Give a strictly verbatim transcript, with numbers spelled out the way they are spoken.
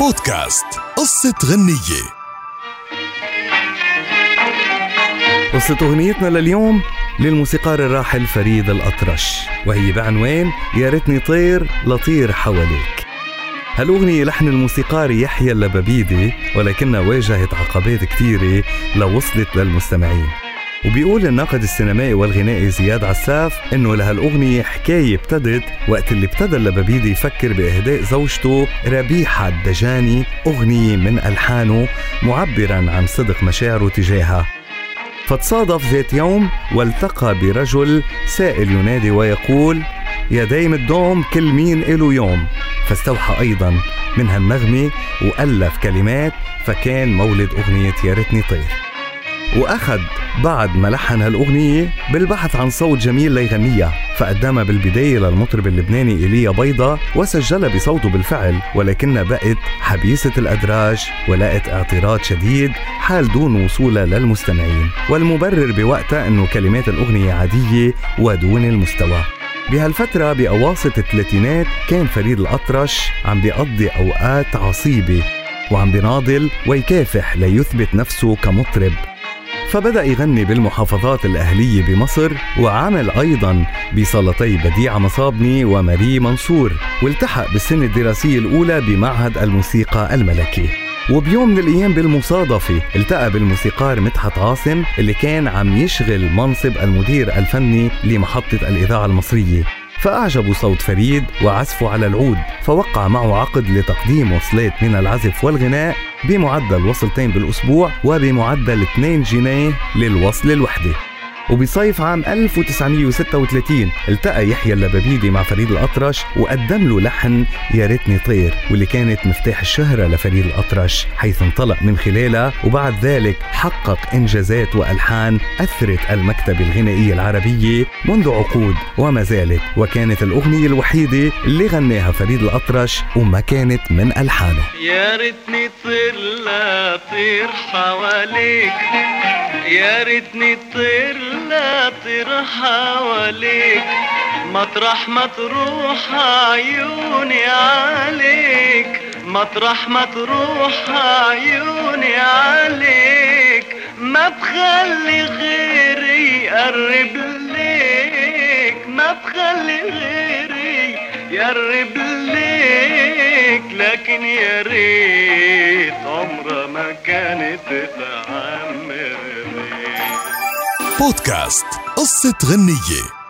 بودكاست قصة غنية. قصة أغنيتنا لليوم للموسيقار الراحل فريد الأطرش، وهي بعنوان يا ريتني طير لطير حواليك. هالأغنية لحن الموسيقار يحيى اللبابيدي، ولكنها واجهت عقبات كتيرة لو وصلت للمستمعين. وبيقول الناقد السينمائي والغنائي زياد عساف إنه لهالأغنية حكاية ابتدت وقت اللي ابتدى اللبابيدي يفكر بإهداء زوجته ربيحة الدجاني أغنية من ألحانه معبراً عن صدق مشاعره تجاهها. فتصادف ذات يوم والتقى برجل سائل ينادي ويقول يا دايم الدوم كل مين إله يوم، فاستوحى أيضاً من هالنغمة وألف كلمات، فكان مولد أغنية يا ريتني طير. وأخذ بعد ما لحن هالأغنية بالبحث عن صوت جميل ليغنيها، فقدمها بالبداية للمطرب اللبناني إيليا بيضة وسجلها بصوته بالفعل، ولكنها بقت حبيسة الأدراج ولقت اعتراض شديد حال دون وصولها للمستمعين، والمبرر بوقتها أنه كلمات الأغنية عادية ودون المستوى. بهالفترة بأواسط الثلاثينات كان فريد الأطرش عم بيقضي أوقات عصيبة وعم بيناضل ويكافح ليثبت نفسه كمطرب، فبدأ يغني بالمحافظات الأهلية بمصر، وعمل أيضاً بصالتي بديعة مصابني وماري منصور، والتحق بالسنة الدراسية الأولى بمعهد الموسيقى الملكي. وبيوم من الأيام بالمصادفة التقى بالموسيقار مدحت عاصم اللي كان عم يشغل منصب المدير الفني لمحطة الإذاعة المصرية، فأعجبوا صوت فريد وعزفه على العود، فوقع معه عقد لتقديم وصلات من العزف والغناء بمعدل وصلتين بالأسبوع وبمعدل اثنين جنيه للوصل الوحدة. وبصيف عام ألف وتسعمية وستة وثلاثين التقى يحيى اللبابيدي مع فريد الأطرش وقدم له لحن يا ريتني طير، واللي كانت مفتاح الشهرة لفريد الأطرش حيث انطلق من خلالها، وبعد ذلك حقق إنجازات وألحان أثرت المكتبة الغنائية العربية منذ عقود وما زالت، وكانت الأغنية الوحيدة اللي غناها فريد الأطرش وما كانت من ألحانه. يا ريتني طير لا طير حواليك، يا ريتني طير لا طير حواليك، مطرح ما تروح عيوني عليك، مطرح ما تروح عيوني عليك، ما بخلي غيري يقرب ليك، ما بخلي غيري يقرب ليك، لكن يا ريت عمرها ما كانت تعمر. بودكاست قصة غنية.